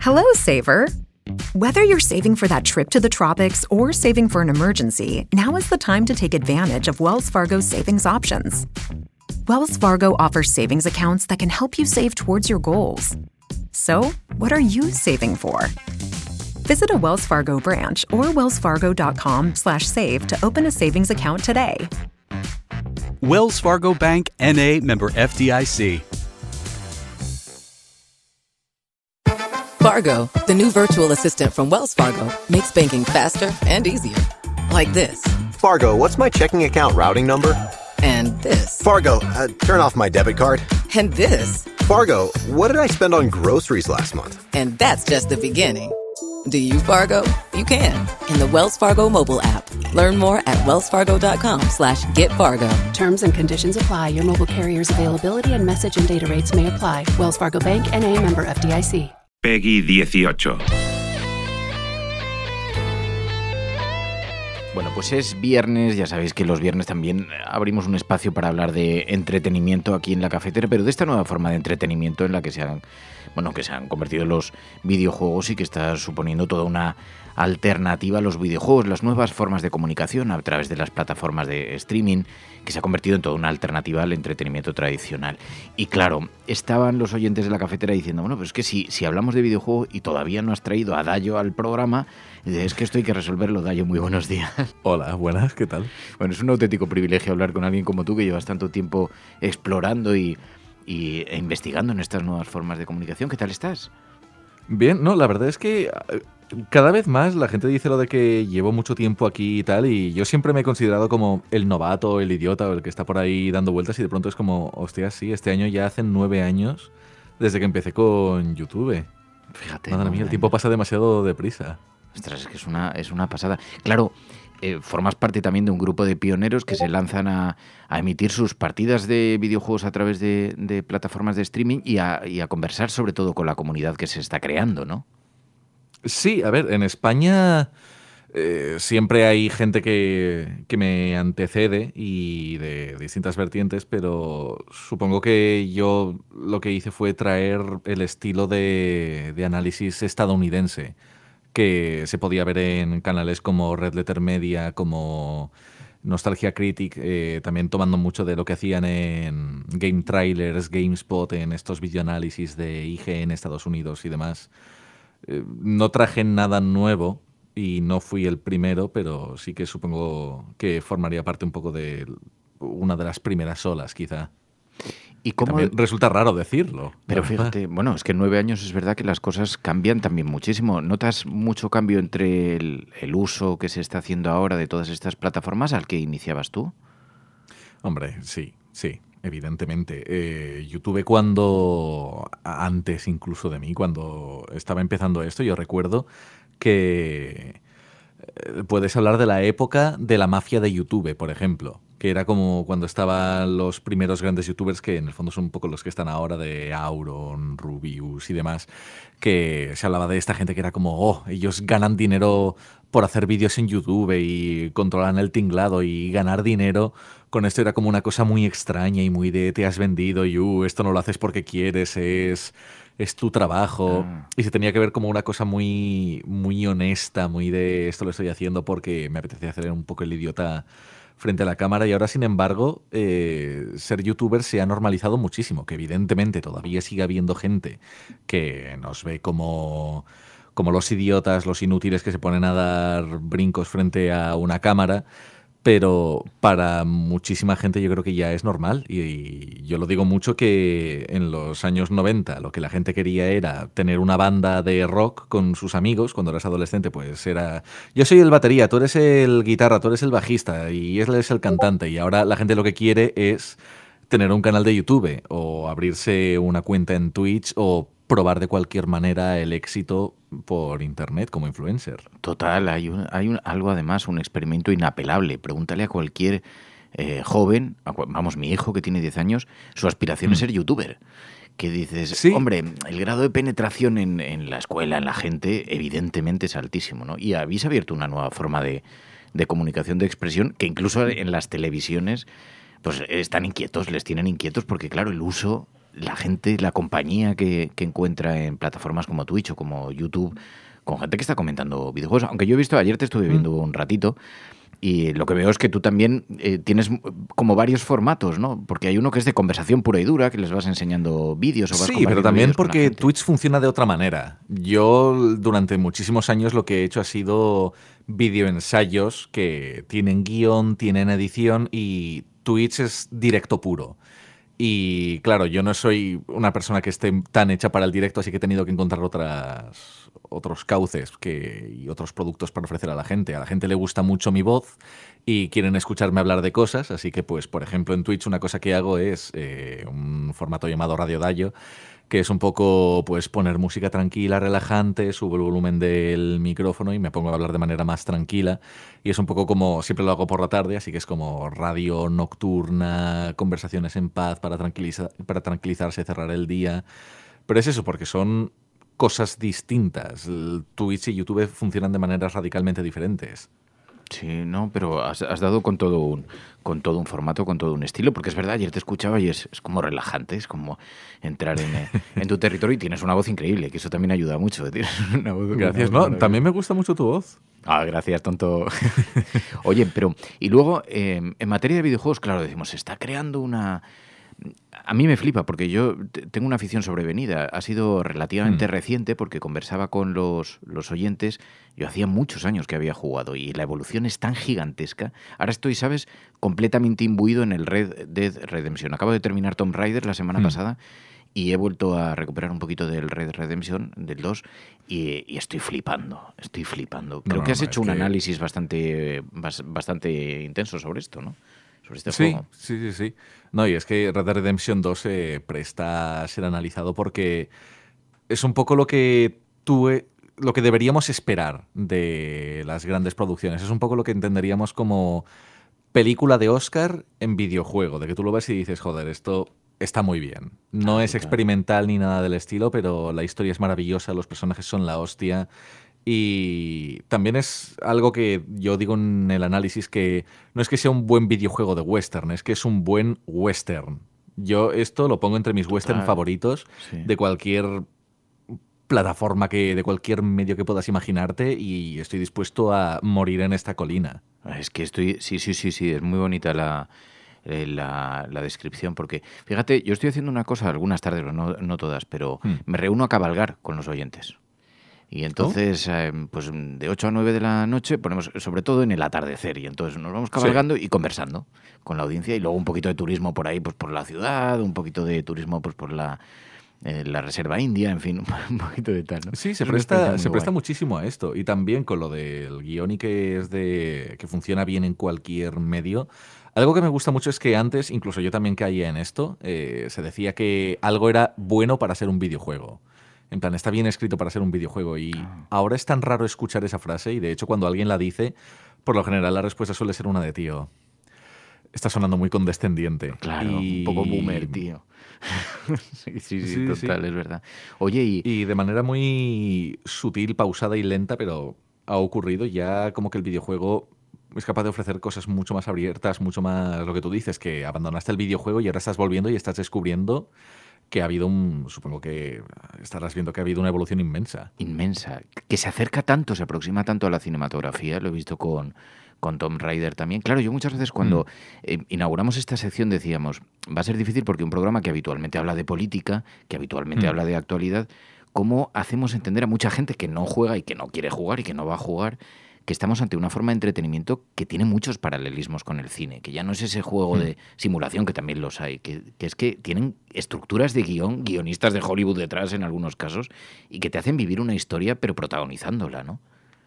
Hello, saver. Whether you're saving for that trip to the tropics or saving for an emergency, now is the time to take advantage of Wells Fargo's savings options. Wells Fargo offers savings accounts that can help you save towards your goals. So, what are you saving for? Visit a Wells Fargo branch or wellsfargo.com/save to open a savings account today. Wells Fargo Bank, N.A., member FDIC. Fargo, the new virtual assistant from Wells Fargo, makes banking faster and easier. Like this. Fargo, what's my checking account routing number? And this. Fargo, turn off my debit card. And this. Fargo, what did I spend on groceries last month? And that's just the beginning. Do you, Fargo? You can. In the Wells Fargo mobile app. Learn more at wellsfargo.com/getfargo. Terms and conditions apply. Your mobile carrier's availability and message and data rates may apply. Wells Fargo Bank, N.A., member FDIC. Peggy 18. Bueno, pues es viernes, ya sabéis que los viernes también abrimos un espacio para hablar de entretenimiento aquí en La Cafetera, pero de esta nueva forma de entretenimiento en la que se han convertido los videojuegos y que está suponiendo toda una alternativa a los videojuegos, las nuevas formas de comunicación a través de las plataformas de streaming, que se ha convertido en toda una alternativa al entretenimiento tradicional. Y claro, estaban los oyentes de La Cafetera diciendo, bueno, pues es que si hablamos de videojuegos y todavía no has traído a Dayo al programa, es que esto hay que resolverlo. Dayo, muy buenos días. Hola, buenas, ¿qué tal? Bueno, es un auténtico privilegio hablar con alguien como tú, que llevas tanto tiempo explorando e investigando en estas nuevas formas de comunicación. ¿Qué tal estás? Bien, no, la verdad es que cada vez más la gente dice lo de que llevo mucho tiempo aquí y tal, y yo siempre me he considerado como el novato, el idiota o el que está por ahí dando vueltas, y de pronto es como, hostia, sí, este año ya hacen 9 años desde que empecé con YouTube. Fíjate. Madre mía, el tiempo pasa demasiado deprisa. Ostras, es que es una pasada. Claro, formas parte también de un grupo de pioneros que se lanzan a emitir sus partidas de videojuegos a través de plataformas de streaming y a conversar sobre todo con la comunidad que se está creando, ¿no? Sí, a ver, en España siempre hay gente que me antecede y de distintas vertientes, pero supongo que yo lo que hice fue traer el estilo de análisis estadounidense que se podía ver en canales como Red Letter Media, como Nostalgia Critic, también tomando mucho de lo que hacían en Game Trailers, GameSpot, en estos videoanálisis de IGN, Estados Unidos y demás. No traje nada nuevo y no fui el primero, pero sí que supongo que formaría parte un poco de una de las primeras olas, quizá. ¿Y cómo? También resulta raro decirlo. Pero fíjate, bueno, es que en 9 años es verdad que las cosas cambian también muchísimo. ¿Notas mucho cambio entre el uso que se está haciendo ahora de todas estas plataformas al que iniciabas tú? Hombre, sí, evidentemente. YouTube antes incluso de mí, cuando estaba empezando esto, yo recuerdo que puedes hablar de la época de la mafia de YouTube, por ejemplo, que era como cuando estaban los primeros grandes youtubers, que en el fondo son un poco los que están ahora, de Auron, Rubius y demás, que se hablaba de esta gente que era como, ellos ganan dinero por hacer vídeos en YouTube y controlan el tinglado, y ganar dinero con esto era como una cosa muy extraña y muy de te has vendido y esto no lo haces porque quieres, es tu trabajo. Y se tenía que ver como una cosa muy, muy honesta, muy de esto lo estoy haciendo porque me apetece hacer un poco el idiota frente a la cámara. Y ahora, sin embargo, ser youtuber se ha normalizado muchísimo, que evidentemente todavía sigue habiendo gente que nos ve como los idiotas, los inútiles que se ponen a dar brincos frente a una cámara, pero para muchísima gente yo creo que ya es normal. Y yo lo digo mucho, que en los años 90 lo que la gente quería era tener una banda de rock con sus amigos. Cuando eras adolescente, pues era, yo soy el batería, tú eres el guitarra, tú eres el bajista y él es el cantante. Y ahora la gente lo que quiere es tener un canal de YouTube o abrirse una cuenta en Twitch o probar de cualquier manera el éxito por internet como influencer. Total, hay algo además, un experimento inapelable. Pregúntale a cualquier joven, vamos, mi hijo que tiene 10 años, su aspiración es ser youtuber. Que dices, ¿sí? Hombre, el grado de penetración en la escuela, en la gente, evidentemente es altísimo, ¿no? Y habéis abierto una nueva forma de comunicación, de expresión, que incluso en las televisiones pues están inquietos, les tienen inquietos, porque claro, el uso la gente, la compañía que encuentra en plataformas como Twitch o como YouTube, con gente que está comentando videojuegos. Aunque yo he visto, ayer te estuve viendo un ratito, y lo que veo es que tú también tienes como varios formatos, ¿no? Porque hay uno que es de conversación pura y dura, que les vas enseñando vídeos o vas Sí, pero también porque Twitch funciona de otra manera. Yo durante muchísimos años lo que he hecho ha sido videoensayos que tienen guión, tienen edición, y Twitch es directo puro. Y claro, yo no soy una persona que esté tan hecha para el directo, así que he tenido que encontrar otros cauces y otros productos para ofrecer a la gente. A la gente le gusta mucho mi voz y quieren escucharme hablar de cosas, así que, pues, por ejemplo, en Twitch una cosa que hago es un formato llamado Radio Dayo, que es un poco, pues, poner música tranquila, relajante, subo el volumen del micrófono y me pongo a hablar de manera más tranquila. Y es un poco como, siempre lo hago por la tarde, así que es como radio nocturna, conversaciones en paz para tranquilizarse, cerrar el día. Pero es eso, porque son cosas distintas. Twitch y YouTube funcionan de maneras radicalmente diferentes. Sí, no, pero has dado con todo un formato, con todo un estilo, porque es verdad, ayer te escuchaba y es como relajante, es como entrar en tu territorio, y tienes una voz increíble, que eso también ayuda mucho. Tienes una voz, gracias, ¿no? También me gusta mucho tu voz. Ah, gracias, tonto. Oye, pero, y luego, en materia de videojuegos, claro, decimos, se está creando una... A mí me flipa, porque yo tengo una afición sobrevenida. Ha sido relativamente reciente, porque conversaba con los oyentes. Yo hacía muchos años que había jugado y la evolución es tan gigantesca. Ahora estoy, ¿sabes?, completamente imbuido en el Red Dead Redemption. Acabo de terminar Tomb Raider la semana pasada y he vuelto a recuperar un poquito del Red Dead Redemption, del 2, y estoy flipando. Creo que has hecho un análisis bastante intenso sobre esto, ¿no? Este juego. Sí. No, y es que Red Dead Redemption 2 se presta a ser analizado porque es un poco lo que deberíamos esperar de las grandes producciones. Es un poco lo que entenderíamos como película de Oscar en videojuego, de que tú lo ves y dices, joder, esto está muy bien. No es experimental ni nada del estilo, pero la historia es maravillosa, los personajes son la hostia. Y también es algo que yo digo en el análisis, que no es que sea un buen videojuego de western, es que es un buen western. Yo esto lo pongo entre mis western favoritos de cualquier plataforma, de cualquier medio que puedas imaginarte, y estoy dispuesto a morir en esta colina. Es que sí, es muy bonita la descripción, porque fíjate, yo estoy haciendo una cosa algunas tardes, no todas, pero me reúno a cabalgar con los oyentes. Y entonces, pues de 8 a 9 de la noche ponemos, sobre todo en el atardecer, y entonces nos vamos cabalgando y conversando con la audiencia, y luego un poquito de turismo por ahí, pues por la ciudad, un poquito de turismo pues por la reserva india, en fin, un poquito de tal, ¿no? Sí, se presta muchísimo a esto, y también con lo del guión, y que funciona bien en cualquier medio. Algo que me gusta mucho es que antes, incluso yo también caía en esto, se decía que algo era bueno para ser un videojuego. En plan, está bien escrito para ser un videojuego, y ahora es tan raro escuchar esa frase, y de hecho cuando alguien la dice, por lo general la respuesta suele ser una de tío. Está sonando muy condescendiente. Claro, un poco boomer, tío. Sí, total, es verdad. Oye, y de manera muy sutil, pausada y lenta, pero ha ocurrido ya como que el videojuego es capaz de ofrecer cosas mucho más abiertas, mucho más lo que tú dices, que abandonaste el videojuego y ahora estás volviendo y estás descubriendo que ha habido supongo que estarás viendo que ha habido una evolución inmensa. Inmensa. Que se acerca tanto, se aproxima tanto a la cinematografía, lo he visto con Tomb Raider también. Claro, yo muchas veces cuando inauguramos esta sección decíamos, va a ser difícil porque un programa que habitualmente habla de política, que habitualmente habla de actualidad, ¿cómo hacemos entender a mucha gente que no juega y que no quiere jugar y que no va a jugar, que estamos ante una forma de entretenimiento que tiene muchos paralelismos con el cine, que ya no es ese juego de simulación, que también los hay, que es que tienen estructuras de guión, guionistas de Hollywood detrás en algunos casos, y que te hacen vivir una historia pero protagonizándola, ¿no?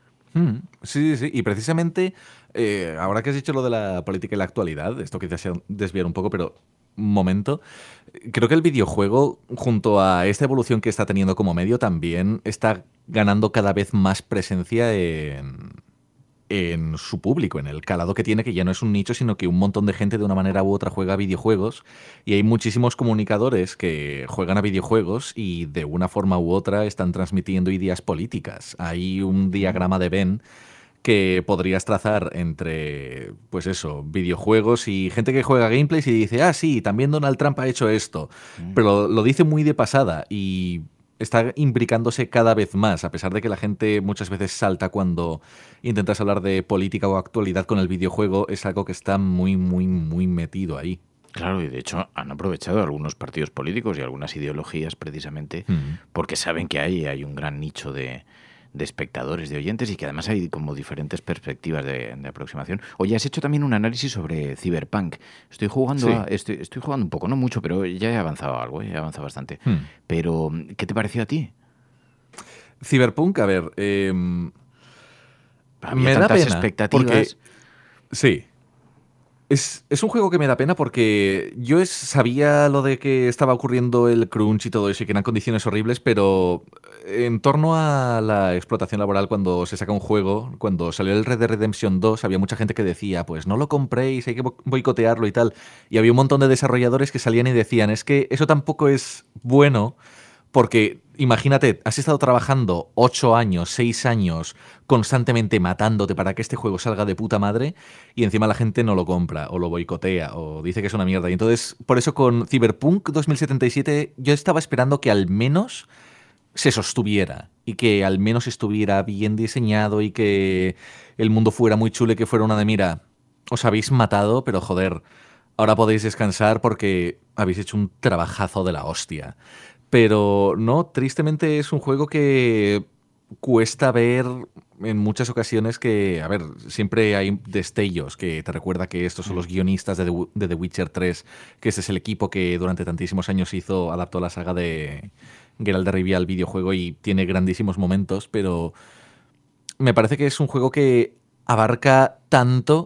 Sí, y precisamente ahora que has dicho lo de la política y la actualidad, esto quizás sea desviar un poco, pero un momento, creo que el videojuego, junto a esta evolución que está teniendo como medio, también está ganando cada vez más presencia en su público, en el calado que tiene, que ya no es un nicho, sino que un montón de gente de una manera u otra juega a videojuegos, y hay muchísimos comunicadores que juegan a videojuegos y de una forma u otra están transmitiendo ideas políticas. Hay un diagrama de Venn que podrías trazar entre, pues eso, videojuegos y gente que juega gameplays y dice, ah, sí, también Donald Trump ha hecho esto. Pero lo dice muy de pasada y está imbricándose cada vez más, a pesar de que la gente muchas veces salta cuando intentas hablar de política o actualidad con el videojuego, es algo que está muy, muy, muy metido ahí. Claro, y de hecho han aprovechado algunos partidos políticos y algunas ideologías precisamente porque saben que hay un gran nicho de espectadores, de oyentes, y que además hay como diferentes perspectivas de aproximación. Oye, has hecho también un análisis sobre Cyberpunk. Estoy jugando estoy jugando un poco, no mucho, pero ya he avanzado algo, he avanzado bastante. Pero, ¿qué te pareció a ti? Cyberpunk, a ver, Había me da tantas pena. expectativas. Porque, sí. Es un juego que me da pena porque yo sabía lo de que estaba ocurriendo el crunch y todo eso y que eran condiciones horribles, pero en torno a la explotación laboral cuando se saca un juego, cuando salió el Red Dead Redemption 2, había mucha gente que decía, pues no lo compréis, hay que boicotearlo y tal. Y había un montón de desarrolladores que salían y decían, es que eso tampoco es bueno. Porque, imagínate, has estado trabajando 8 años, 6 años, constantemente matándote para que este juego salga de puta madre y encima la gente no lo compra, o lo boicotea, o dice que es una mierda. Y entonces, por eso con Cyberpunk 2077 yo estaba esperando que al menos se sostuviera y que al menos estuviera bien diseñado y que el mundo fuera muy chulo y que fuera una de, mira, os habéis matado, pero joder, ahora podéis descansar porque habéis hecho un trabajazo de la hostia. Pero no, tristemente es un juego que cuesta ver en muchas ocasiones que, a ver, siempre hay destellos que te recuerda que estos son los guionistas de The Witcher 3, que ese es el equipo que durante tantísimos años adaptó la saga de Geralt de Rivia al videojuego y tiene grandísimos momentos, pero me parece que es un juego que abarca tanto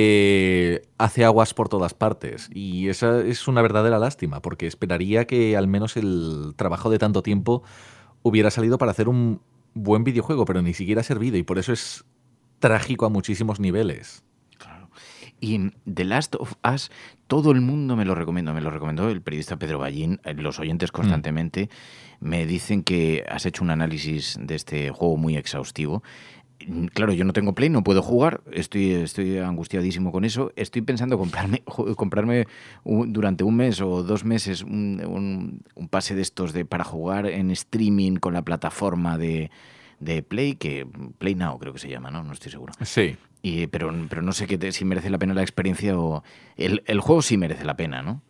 que hace aguas por todas partes. Y esa es una verdadera lástima, porque esperaría que al menos el trabajo de tanto tiempo hubiera salido para hacer un buen videojuego, pero ni siquiera ha servido, y por eso es trágico a muchísimos niveles. Claro. Y The Last of Us, todo el mundo me lo recomendó el periodista Pedro Ballín, los oyentes constantemente me dicen que has hecho un análisis de este juego muy exhaustivo. Claro, yo no tengo Play, no puedo jugar, estoy angustiadísimo con eso. Estoy pensando comprarme durante un mes o 2 meses un pase de estos para jugar en streaming con la plataforma de Play, que Play Now creo que se llama, ¿no? No estoy seguro. Sí. Pero no sé si merece la pena la experiencia o... El juego sí merece la pena, ¿no?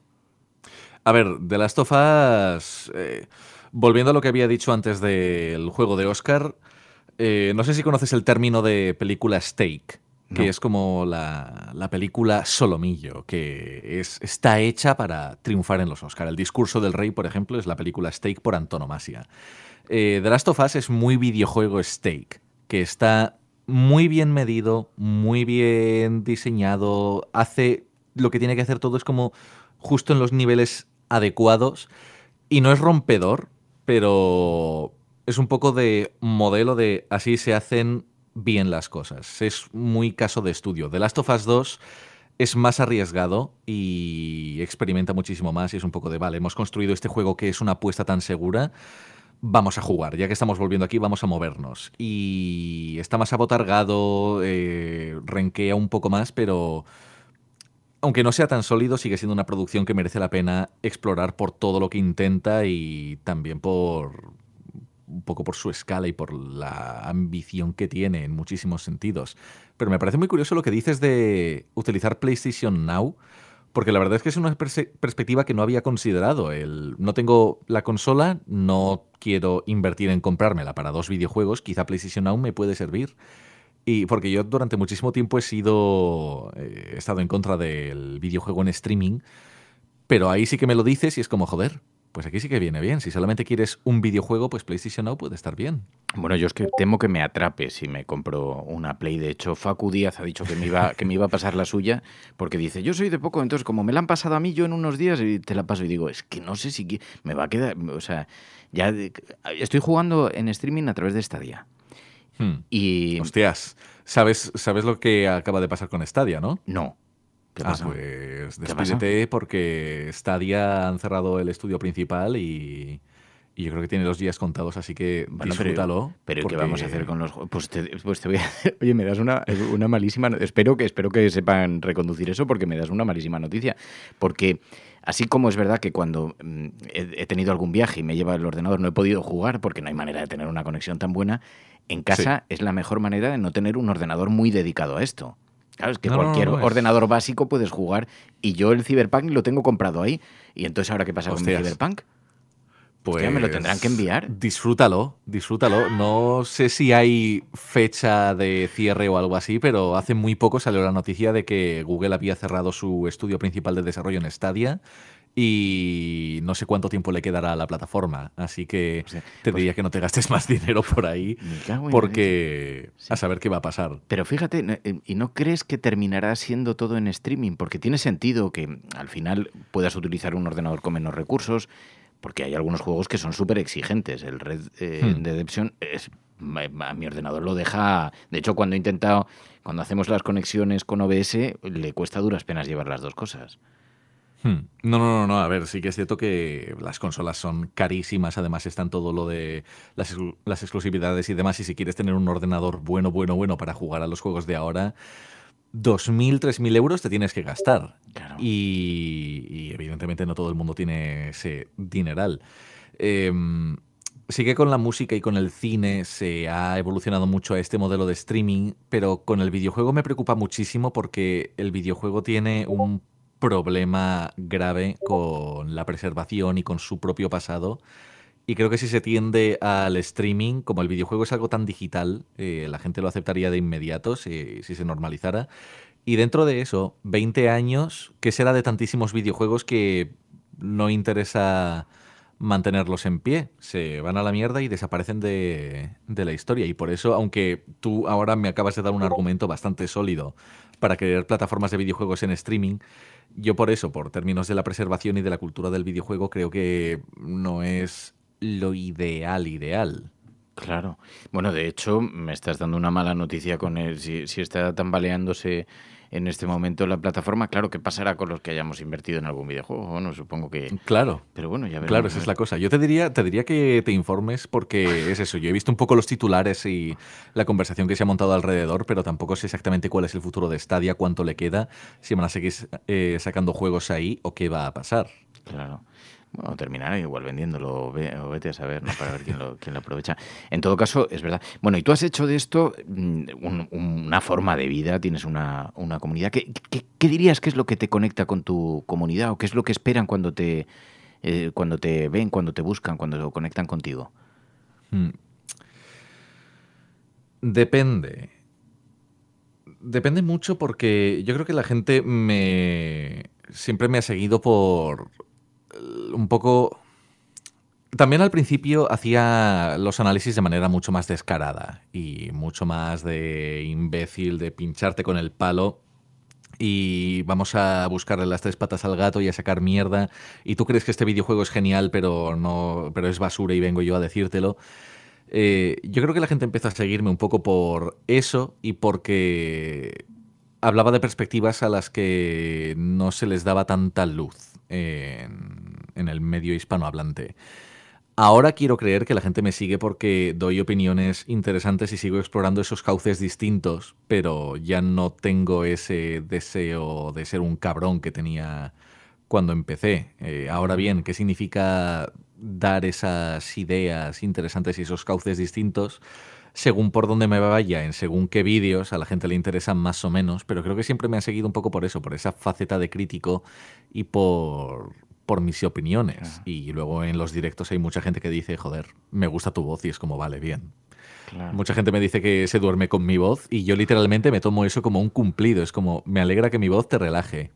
A ver, The Last of Us... volviendo a lo que había dicho antes del juego de Oscar... no sé si conoces el término de película steak, que es como la película solomillo, que está hecha para triunfar en los Oscar. El discurso del rey, por ejemplo, es la película steak por antonomasia. The Last of Us es muy videojuego steak, que está muy bien medido, muy bien diseñado, hace lo que tiene que hacer todo, es como justo en los niveles adecuados, y no es rompedor, pero... es un poco de modelo de así se hacen bien las cosas. Es muy caso de estudio. The Last of Us 2 es más arriesgado y experimenta muchísimo más y es un poco de, vale, hemos construido este juego que es una apuesta tan segura, vamos a jugar. Ya que estamos volviendo aquí, vamos a movernos. Y está más abotargado, renquea un poco más, pero... aunque no sea tan sólido, sigue siendo una producción que merece la pena explorar por todo lo que intenta y también un poco por su escala y por la ambición que tiene en muchísimos sentidos. Pero me parece muy curioso lo que dices de utilizar PlayStation Now, porque la verdad es que es una perspectiva que no había considerado. No tengo la consola, no quiero invertir en comprármela para 2 videojuegos, quizá PlayStation Now me puede servir. Y porque yo durante muchísimo tiempo he estado en contra del videojuego en streaming, pero ahí sí que me lo dices y es como, joder, pues aquí sí que viene bien. Si solamente quieres un videojuego, pues PlayStation Now puede estar bien. Bueno, yo es que temo que me atrape si me compro una Play. De hecho, Facu Díaz ha dicho que me iba a pasar la suya, porque dice, yo soy de poco, entonces como me la han pasado a mí, yo en unos días y te la paso. Y digo, es que no sé si me va a quedar... O sea, ya estoy jugando en streaming a través de Stadia. Y... hostias, ¿sabes lo que acaba de pasar con Stadia, no? No. ¿Qué pasa? Pues despídete porque Stadia han cerrado el estudio principal y Y yo creo que tiene los días contados, así que Bueno, disfrútalo. Pero porque... ¿qué vamos a hacer con los juegos? Pues te voy a hacer... Oye, me das una malísima... Espero que sepan reconducir eso, porque me das una malísima noticia. Porque así como es verdad que cuando he tenido algún viaje y me lleva el ordenador no he podido jugar porque no hay manera de tener una conexión tan buena, en casa es la mejor manera de no tener un ordenador muy dedicado a esto. Claro, es que cualquier ordenador básico puedes jugar, y yo el Cyberpunk lo tengo comprado ahí. ¿Y entonces ahora qué pasa con mi Cyberpunk? Pues ¿me lo tendrán que enviar? Disfrútalo. No sé si hay fecha de cierre o algo así, pero hace muy poco salió la noticia de que Google había cerrado su estudio principal de desarrollo en Stadia y no sé cuánto tiempo le quedará a la plataforma. Así que te diría que no te gastes más dinero por ahí, porque a saber qué va a pasar. Pero fíjate, ¿y no crees que terminará siendo todo en streaming? Porque tiene sentido que al final puedas utilizar un ordenador con menos recursos, porque hay algunos juegos que son súper exigentes. El Red Dead Redemption a mi ordenador lo deja... De hecho, cuando hacemos las conexiones con OBS, le cuesta a duras penas llevar las dos cosas. No. A ver, sí que es cierto que las consolas son carísimas. Además están todo lo de las exclusividades y demás. Y si quieres tener un ordenador bueno para jugar a los juegos de ahora, 2.000, 3.000 euros te tienes que gastar. Claro. Y evidentemente no todo el mundo tiene ese dineral. Sí que con la música y con el cine se ha evolucionado mucho a este modelo de streaming, pero con el videojuego me preocupa muchísimo porque el videojuego tiene un problema grave con la preservación y con su propio pasado. Y creo que si se tiende al streaming, como el videojuego es algo tan digital, la gente lo aceptaría de inmediato si se normalizara. Y dentro de eso, 20 años, ¿qué será de tantísimos videojuegos que no interesa mantenerlos en pie? Se van a la mierda y desaparecen de la historia. Y por eso, aunque tú ahora me acabas de dar un argumento bastante sólido para crear plataformas de videojuegos en streaming, yo por eso, por términos de la preservación y de la cultura del videojuego, creo que no es lo ideal. Claro. Bueno, de hecho, me estás dando una mala noticia con él. Si está tambaleándose en este momento la plataforma, claro, ¿qué pasará con los que hayamos invertido en algún videojuego? Bueno, supongo que... Claro. Pero bueno, ya veremos. Claro, esa es la cosa. Yo te diría que te informes porque es eso. Yo he visto un poco los titulares y la conversación que se ha montado alrededor, pero tampoco sé exactamente cuál es el futuro de Stadia, cuánto le queda, si van a seguir sacando juegos ahí o qué va a pasar. Claro. Bueno, terminará igual vendiéndolo, o vete a saber, ¿no? Para ver quién lo aprovecha. En todo caso, es verdad. Bueno, y tú has hecho de esto una forma de vida, tienes una comunidad. ¿Qué dirías que es lo que te conecta con tu comunidad o qué es lo que esperan cuando te ven, cuando te buscan, cuando conectan contigo? Depende mucho porque yo creo que la gente siempre me ha seguido por... un poco... También al principio hacía los análisis de manera mucho más descarada y mucho más de imbécil, de pincharte con el palo y vamos a buscarle las tres patas al gato y a sacar mierda y tú crees que este videojuego es genial pero es basura y vengo yo a decírtelo. Yo creo que la gente empezó a seguirme un poco por eso y porque hablaba de perspectivas a las que no se les daba tanta luz en el medio hispanohablante. Ahora quiero creer que la gente me sigue porque doy opiniones interesantes y sigo explorando esos cauces distintos, pero ya no tengo ese deseo de ser un cabrón que tenía cuando empecé. Ahora bien, ¿qué significa dar esas ideas interesantes y esos cauces distintos? Según por dónde me vaya, en según qué vídeos, a la gente le interesan más o menos, pero creo que siempre me han seguido un poco por eso, por esa faceta de crítico y por mis opiniones. Y luego en los directos hay mucha gente que dice, joder, me gusta tu voz y es como, vale, bien. Claro. Mucha gente me dice que se duerme con mi voz y yo literalmente me tomo eso como un cumplido, es como, me alegra que mi voz te relaje.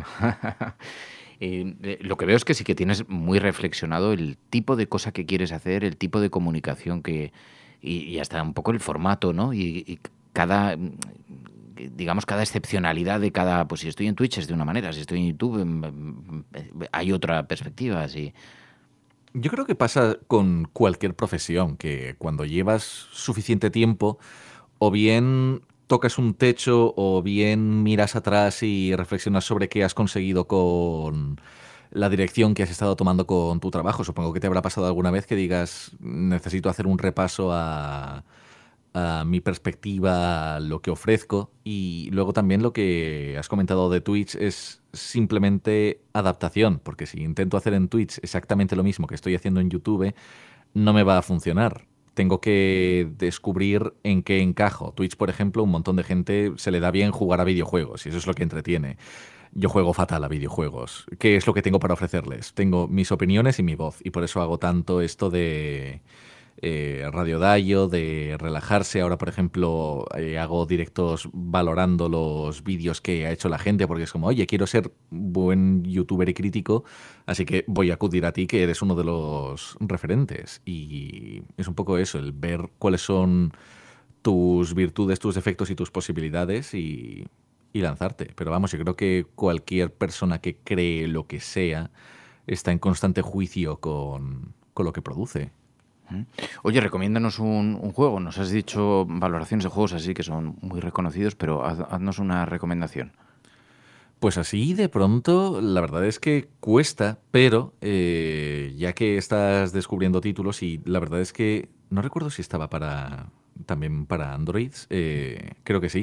Lo que veo es que sí que tienes muy reflexionado el tipo de cosa que quieres hacer, el tipo de comunicación y hasta un poco el formato, ¿no? Y cada excepcionalidad de cada... Pues si estoy en Twitch es de una manera, si estoy en YouTube hay otra perspectiva, así. Yo creo que pasa con cualquier profesión, que cuando llevas suficiente tiempo, o bien tocas un techo, o bien miras atrás y reflexionas sobre qué has conseguido con la dirección que has estado tomando con tu trabajo. Supongo que te habrá pasado alguna vez que digas, necesito hacer un repaso a mi perspectiva, a lo que ofrezco. Y luego también lo que has comentado de Twitch es simplemente adaptación, porque si intento hacer en Twitch exactamente lo mismo que estoy haciendo en YouTube, no me va a funcionar. Tengo que descubrir en qué encajo. Twitch, por ejemplo, un montón de gente se le da bien jugar a videojuegos y eso es lo que entretiene. Yo juego fatal a videojuegos. ¿Qué es lo que tengo para ofrecerles? Tengo mis opiniones y mi voz y por eso hago tanto esto de Radio Dayo, de relajarse. Ahora, por ejemplo, hago directos valorando los vídeos que ha hecho la gente porque es como, oye, quiero ser buen youtuber y crítico, así que voy a acudir a ti, que eres uno de los referentes. Y es un poco eso, el ver cuáles son tus virtudes, tus defectos y tus posibilidades y lanzarte. Pero vamos, yo creo que cualquier persona que cree lo que sea está en constante juicio con lo que produce. Oye, recomiéndanos un juego. Nos has dicho valoraciones de juegos así que son muy reconocidos, pero haznos una recomendación. Pues así de pronto, la verdad es que cuesta, pero ya que estás descubriendo títulos y la verdad es que no recuerdo si estaba también para Androids, creo que sí.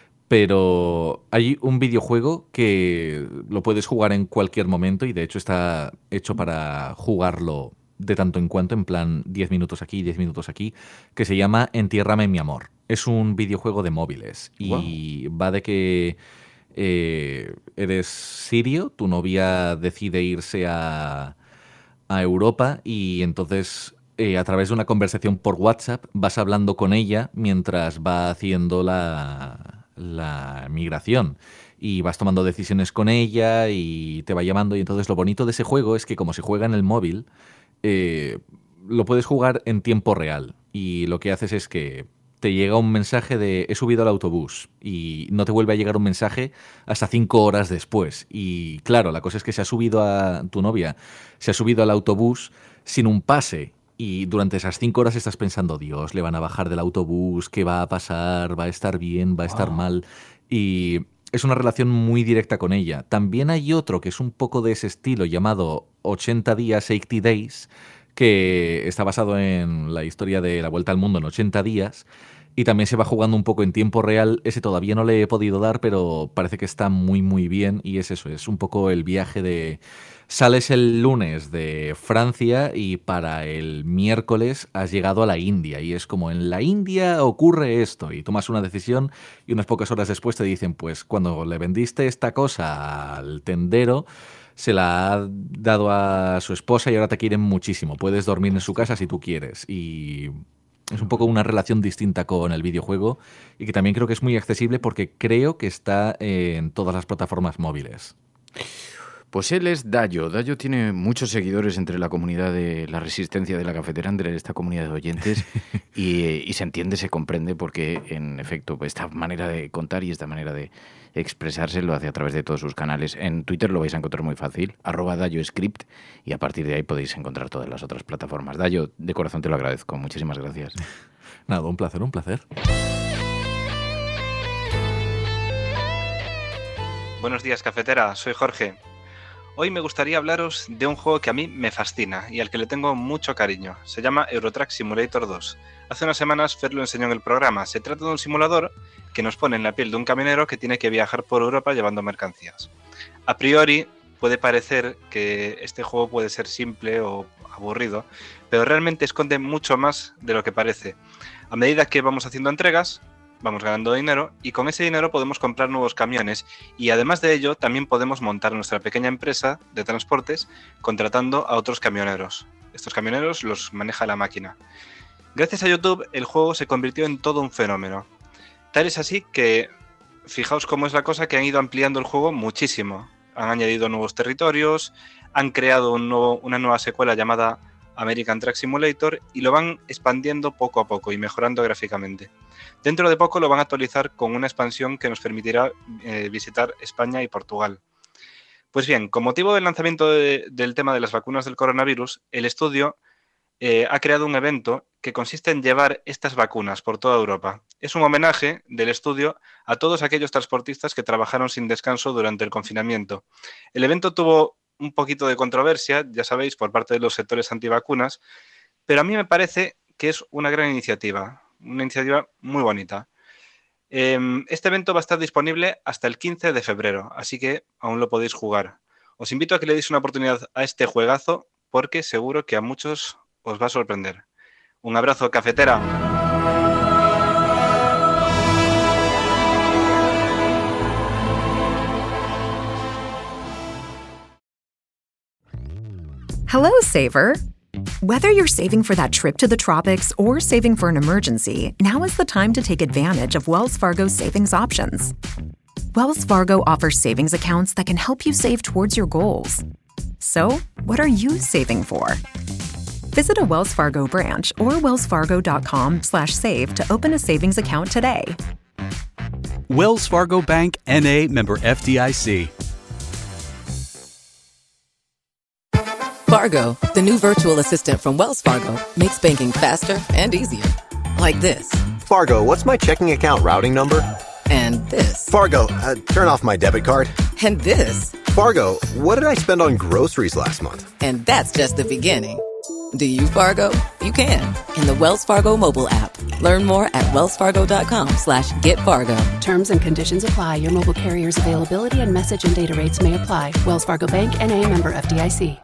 Pero hay un videojuego que lo puedes jugar en cualquier momento y de hecho está hecho para jugarlo de tanto en cuanto, en plan 10 minutos aquí, 10 minutos aquí, que se llama Entiérrame mi amor. Es un videojuego de móviles y va de que eres sirio, tu novia decide irse a Europa y entonces a través de una conversación por WhatsApp vas hablando con ella mientras va haciendo la migración y vas tomando decisiones con ella y te va llamando y entonces lo bonito de ese juego es que como se juega en el móvil, lo puedes jugar en tiempo real y lo que haces es que te llega un mensaje de he subido al autobús y no te vuelve a llegar un mensaje hasta 5 horas después. Y claro, la cosa es que tu novia se ha subido al autobús sin un pase y durante esas 5 horas estás pensando, Dios, le van a bajar del autobús, ¿qué va a pasar? ¿Va a estar bien? ¿Va a estar mal? Y es una relación muy directa con ella. También hay otro que es un poco de ese estilo llamado 80 días, 80 Days, que está basado en la historia de la vuelta al mundo en 80 días y también se va jugando un poco en tiempo real. Ese todavía no le he podido dar, pero parece que está muy muy bien y es eso, es un poco el viaje de... Sales el lunes de Francia y para el miércoles has llegado a la India y es como en la India ocurre esto y tomas una decisión y unas pocas horas después te dicen pues cuando le vendiste esta cosa al tendero se la ha dado a su esposa y ahora te quieren muchísimo, puedes dormir en su casa si tú quieres y es un poco una relación distinta con el videojuego y que también creo que es muy accesible porque creo que está en todas las plataformas móviles. Pues él es Dayo. Dayo tiene muchos seguidores entre la comunidad de la resistencia de la cafetera, entre esta comunidad de oyentes, y se entiende, se comprende, porque en efecto esta manera de contar y esta manera de expresarse lo hace a través de todos sus canales. En Twitter lo vais a encontrar muy fácil, @DayoScript, y a partir de ahí podéis encontrar todas las otras plataformas. Dayo, de corazón te lo agradezco. Muchísimas gracias. Nada, un placer, un placer. Buenos días, cafetera. Soy Jorge. Hoy me gustaría hablaros de un juego que a mí me fascina y al que le tengo mucho cariño. Se llama Eurotrack Simulator 2. Hace unas semanas Fer lo enseñó en el programa. Se trata de un simulador que nos pone en la piel de un camionero que tiene que viajar por Europa llevando mercancías. A priori puede parecer que este juego puede ser simple o aburrido, pero realmente esconde mucho más de lo que parece. A medida que vamos haciendo entregas, vamos ganando dinero y con ese dinero podemos comprar nuevos camiones y además de ello también podemos montar nuestra pequeña empresa de transportes contratando a otros camioneros. Estos camioneros los maneja la máquina. Gracias a YouTube el juego se convirtió en todo un fenómeno. Tal es así que fijaos cómo es la cosa que han ido ampliando el juego muchísimo. Han añadido nuevos territorios, han creado una nueva secuela llamada American Truck Simulator y lo van expandiendo poco a poco y mejorando gráficamente. Dentro de poco lo van a actualizar con una expansión que nos permitirá visitar España y Portugal. Pues bien, con motivo del lanzamiento del tema de las vacunas del coronavirus, el estudio ha creado un evento que consiste en llevar estas vacunas por toda Europa. Es un homenaje del estudio a todos aquellos transportistas que trabajaron sin descanso durante el confinamiento. El evento tuvo un poquito de controversia, ya sabéis, por parte de los sectores antivacunas, pero a mí me parece que es una gran iniciativa, una iniciativa muy bonita. Este evento va a estar disponible hasta el 15 de febrero, así que aún lo podéis jugar. Os invito a que le deis una oportunidad a este juegazo porque seguro que a muchos os va a sorprender. Un abrazo, cafetera. Hello, saver. Whether you're saving for that trip to the tropics or saving for an emergency, now is the time to take advantage of Wells Fargo's savings options. Wells Fargo offers savings accounts that can help you save towards your goals. So, what are you saving for? Visit a Wells Fargo branch or wellsfargo.com/save to open a savings account today. Wells Fargo Bank, N.A., member FDIC. Fargo, the new virtual assistant from Wells Fargo, makes banking faster and easier. Like this. Fargo, what's my checking account routing number? And this. Fargo, turn off my debit card. And this. Fargo, what did I spend on groceries last month? And that's just the beginning. Do you, Fargo? You can in the Wells Fargo mobile app. Learn more at wellsfargo.com/getfargo. Terms and conditions apply. Your mobile carrier's availability and message and data rates may apply. Wells Fargo Bank, N.A., member FDIC.